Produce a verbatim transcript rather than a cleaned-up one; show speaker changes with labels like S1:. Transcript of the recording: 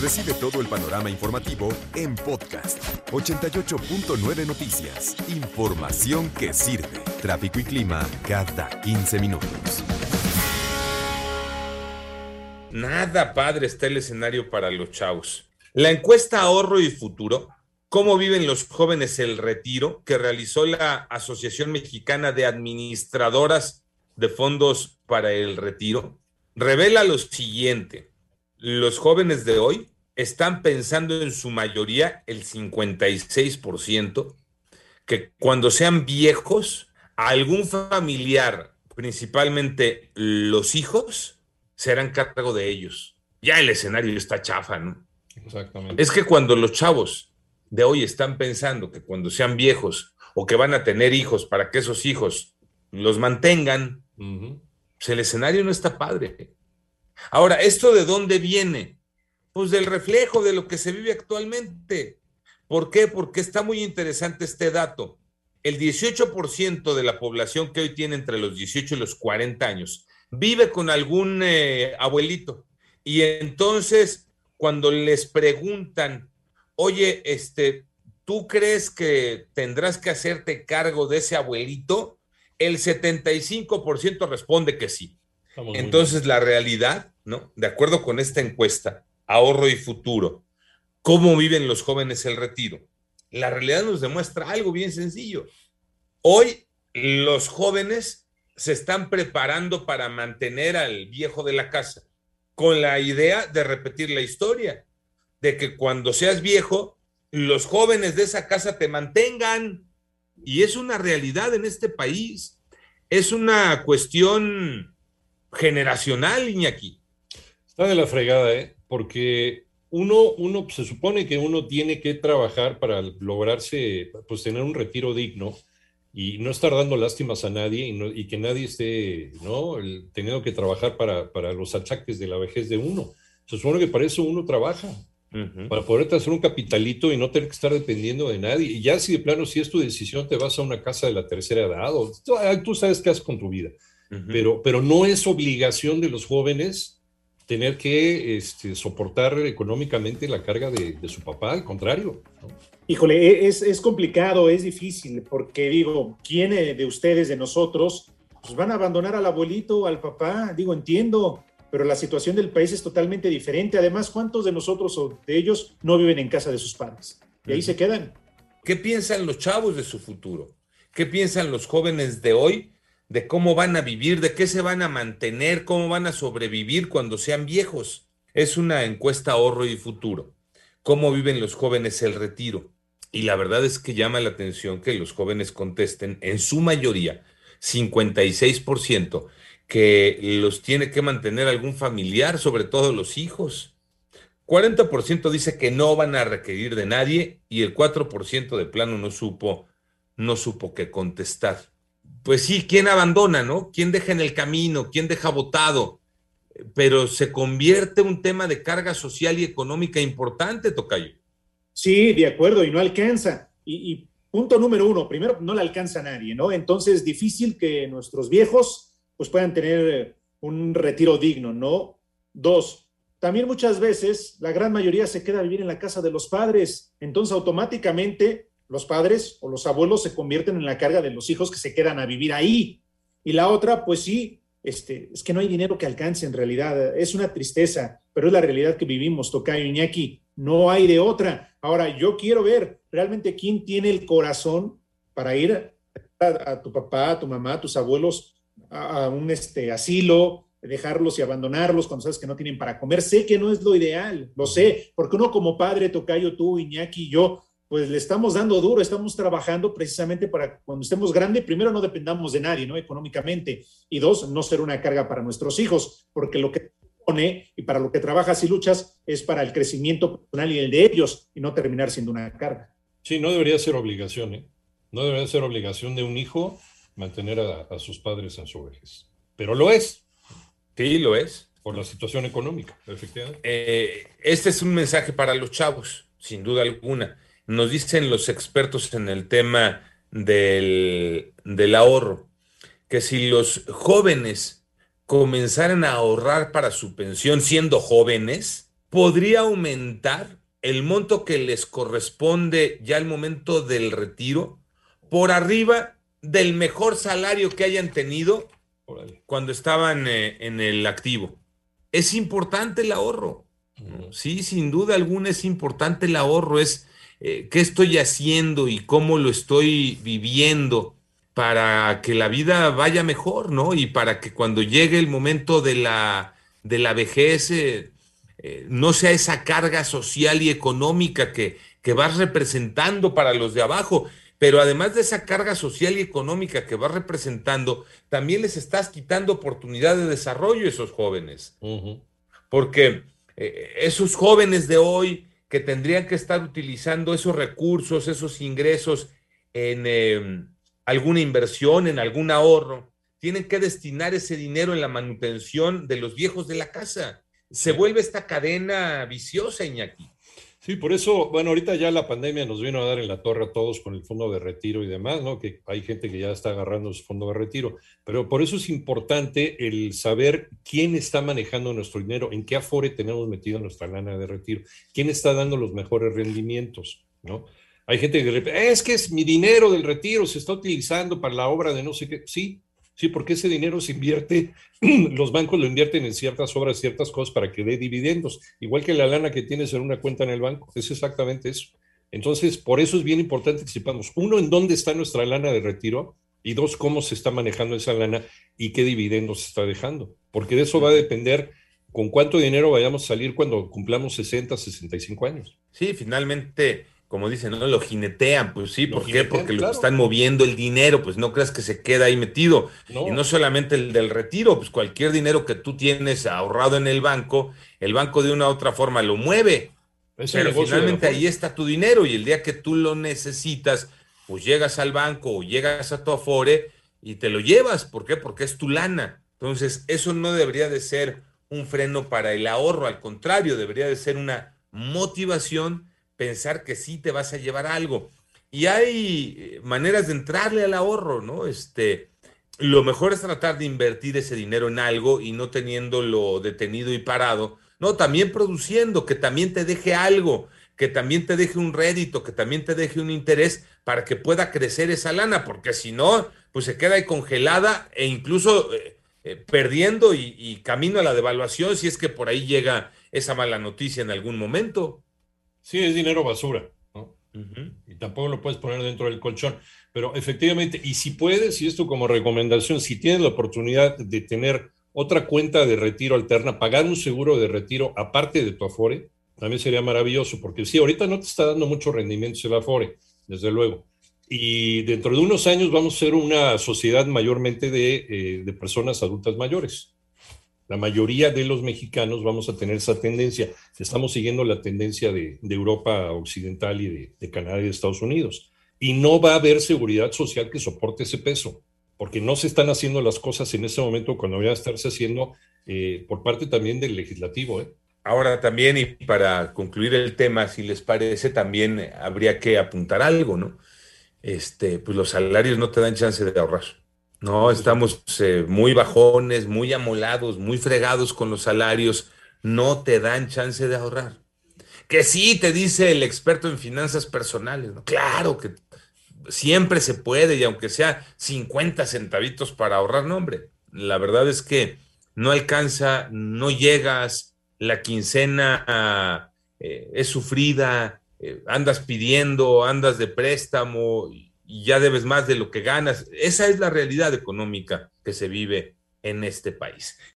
S1: Recibe todo el panorama informativo en podcast. ochenta y ocho punto nueve Noticias. Información que sirve. Tráfico y clima cada quince minutos.
S2: Nada padre está el escenario para los chavos. La encuesta Ahorro y Futuro, ¿cómo viven los jóvenes el retiro?, que realizó la Asociación Mexicana de Administradoras de Fondos para el Retiro, revela lo siguiente. Los jóvenes de hoy están pensando en su mayoría, el cincuenta y seis por ciento, que cuando sean viejos, algún familiar, principalmente los hijos, se harán cargo de ellos. Ya el escenario está chafa, ¿no?
S3: Exactamente.
S2: Es que cuando los chavos de hoy están pensando que cuando sean viejos o que van a tener hijos para que esos hijos los mantengan, uh-huh. pues el escenario no está padre. Ahora, ¿esto de dónde viene? Pues del reflejo de lo que se vive actualmente. ¿Por qué? Porque está muy interesante este dato. El dieciocho por ciento de la población que hoy tiene entre los dieciocho y los cuarenta años vive con algún eh, abuelito. Y entonces, cuando les preguntan, oye, este, ¿tú crees que tendrás que hacerte cargo de ese abuelito? El setenta y cinco por ciento responde que sí. Estamos entonces, la realidad, ¿no? De acuerdo con esta encuesta, Ahorro y Futuro, ¿cómo viven los jóvenes el retiro? La realidad nos demuestra algo bien sencillo. Hoy, los jóvenes se están preparando para mantener al viejo de la casa, con la idea de repetir la historia, de que cuando seas viejo, los jóvenes de esa casa te mantengan. Y es una realidad en este país. Es una cuestión generacional, Iñaki.
S3: Está de la fregada, ¿eh? Porque uno, uno se supone que uno tiene que trabajar para lograrse, pues tener un retiro digno y no estar dando lástimas a nadie y, no, y que nadie esté, ¿no? El, teniendo que trabajar para, para los achaques de la vejez de uno. Se supone que para eso uno trabaja, uh-huh. para poder hacer un capitalito y no tener que estar dependiendo de nadie. Y ya si de plano, si es tu decisión, te vas a una casa de la tercera edad o tú, tú sabes qué haces con tu vida. Uh-huh. Pero, pero no es obligación de los jóvenes tener que este, soportar económicamente la carga de, de su papá, al contrario, ¿no?
S4: Híjole, es, es complicado, es difícil, porque digo, ¿quién de ustedes, de nosotros, pues van a abandonar al abuelito, al papá? Digo, entiendo, pero la situación del país es totalmente diferente. Además, ¿cuántos de nosotros o de ellos no viven en casa de sus padres? Y ahí uh-huh. se quedan.
S2: ¿Qué piensan los chavos de su futuro? ¿Qué piensan los jóvenes de hoy de cómo van a vivir, de qué se van a mantener, cómo van a sobrevivir cuando sean viejos? Es una encuesta Ahorro y Futuro. ¿Cómo viven los jóvenes el retiro? Y la verdad es que llama la atención que los jóvenes contesten, en su mayoría, cincuenta y seis por ciento, que los tiene que mantener algún familiar, sobre todo los hijos. cuarenta por ciento dice que no van a requerir de nadie y el cuatro por ciento de plano no supo, no supo qué contestar. Pues sí, ¿quién abandona, no? ¿Quién deja en el camino? ¿Quién deja botado? Pero se convierte en un tema de carga social y económica importante, tocayo.
S4: Sí, de acuerdo, y no alcanza. Y, y punto número uno, primero, no le alcanza a nadie, ¿no? Entonces, difícil que nuestros viejos pues puedan tener un retiro digno, ¿no? Dos, también muchas veces la gran mayoría se queda a vivir en la casa de los padres. Entonces, automáticamente los padres o los abuelos se convierten en la carga de los hijos que se quedan a vivir ahí. Y la otra, pues sí, Este, es que no hay dinero que alcance en realidad. Es una tristeza, pero es la realidad que vivimos, tocayo, Iñaki. No hay de otra. Ahora, yo quiero ver realmente quién tiene el corazón para ir a, a tu papá, a tu mamá, a tus abuelos a, a un este, asilo, dejarlos y abandonarlos cuando sabes que no tienen para comer. Sé que no es lo ideal, lo sé, porque uno como padre, tocayo, tú, Iñaki y yo, pues le estamos dando duro, estamos trabajando precisamente para cuando estemos grandes, primero no dependamos de nadie, ¿no? Económicamente, y dos, no ser una carga para nuestros hijos, porque lo que pone y para lo que trabajas y luchas es para el crecimiento personal y el de ellos, y no terminar siendo una carga.
S3: Sí, no debería ser obligación, ¿eh? No debería ser obligación de un hijo mantener a, a sus padres en su vejez, pero lo es.
S2: Sí, lo es.
S3: Por la situación económica, efectivamente.
S2: Eh, este es un mensaje para los chavos, sin duda alguna. Nos dicen los expertos en el tema del, del ahorro, que si los jóvenes comenzaran a ahorrar para su pensión siendo jóvenes, podría aumentar el monto que les corresponde ya al momento del retiro por arriba del mejor salario que hayan tenido cuando estaban eh, en el activo. Es importante el ahorro. Uh-huh. Sí, sin duda alguna es importante el ahorro. Es eh, qué estoy haciendo y cómo lo estoy viviendo para que la vida vaya mejor, ¿no? Y para que cuando llegue el momento de la, de la vejez eh, eh, no sea esa carga social y económica que, que vas representando para los de abajo. Pero además de esa carga social y económica que vas representando, también les estás quitando oportunidad de desarrollo a esos jóvenes. Uh-huh. Porque eh, esos jóvenes de hoy que tendrían que estar utilizando esos recursos, esos ingresos en eh, alguna inversión, en algún ahorro, tienen que destinar ese dinero en la manutención de los viejos de la casa. Se sí. vuelve esta cadena viciosa, Iñaki.
S3: Sí, por eso, bueno, ahorita ya la pandemia nos vino a dar en la torre a todos con el fondo de retiro y demás, ¿no? Que hay gente que ya está agarrando su fondo de retiro, pero por eso es importante el saber quién está manejando nuestro dinero, en qué afore tenemos metido nuestra lana de retiro, quién está dando los mejores rendimientos, ¿no? Hay gente que dice, es que es mi dinero del retiro, se está utilizando para la obra de no sé qué. Sí, sí, porque ese dinero se invierte, los bancos lo invierten en ciertas obras, ciertas cosas para que dé dividendos, igual que la lana que tienes en una cuenta en el banco, es exactamente eso. Entonces, por eso es bien importante que sepamos, uno, en dónde está nuestra lana de retiro, y dos, cómo se está manejando esa lana y qué dividendos se está dejando, porque de eso va a depender con cuánto dinero vayamos a salir cuando cumplamos sesenta, sesenta y cinco años.
S2: Sí, finalmente, como dicen, ¿no? Lo jinetean, pues sí, ¿por qué? Porque claro, lo están moviendo el dinero, pues no creas que se queda ahí metido. No. Y no solamente el del retiro, pues cualquier dinero que tú tienes ahorrado en el banco, el banco de una u otra forma lo mueve. Es Pero finalmente ahí está tu dinero y el día que tú lo necesitas, pues llegas al banco o llegas a tu Afore y te lo llevas. ¿Por qué? Porque es tu lana. Entonces, eso no debería de ser un freno para el ahorro, al contrario, debería de ser una motivación pensar que sí te vas a llevar algo. Y hay maneras de entrarle al ahorro, ¿no? Este, lo mejor es tratar de invertir ese dinero en algo y no teniéndolo detenido y parado, no, también produciendo, que también te deje algo, que también te deje un rédito, que también te deje un interés para que pueda crecer esa lana, porque si no, pues se queda ahí congelada e incluso eh, eh, perdiendo y, y camino a la devaluación si es que por ahí llega esa mala noticia en algún momento.
S3: Sí, es dinero basura, ¿no? Uh-huh. Y tampoco lo puedes poner dentro del colchón. Pero efectivamente, y si puedes, y esto como recomendación, si tienes la oportunidad de tener otra cuenta de retiro alterna, pagar un seguro de retiro aparte de tu Afore, también sería maravilloso, porque sí, ahorita no te está dando mucho rendimiento el Afore, desde luego. Y dentro de unos años vamos a ser una sociedad mayormente de, eh, de personas adultas mayores. La mayoría de los mexicanos vamos a tener esa tendencia. Estamos siguiendo la tendencia de, de Europa Occidental y de, de Canadá y de Estados Unidos. Y no va a haber seguridad social que soporte ese peso, porque no se están haciendo las cosas en ese momento cuando van a estarse haciendo eh, por parte también del legislativo. ¿eh?
S2: Ahora también, y para concluir el tema, si les parece, también habría que apuntar algo, ¿no? Este, pues los salarios no te dan chance de ahorrar. No, estamos eh, muy bajones, muy amolados, muy fregados con los salarios, no te dan chance de ahorrar. Que sí, te dice el experto en finanzas personales, ¿no? Claro que siempre se puede, y aunque sea cincuenta centavitos para ahorrar, no, hombre, la verdad es que no alcanza, no llegas, la quincena eh, es sufrida, eh, andas pidiendo, andas de préstamo, y y ya debes más de lo que ganas. Esa es la realidad económica que se vive en este país.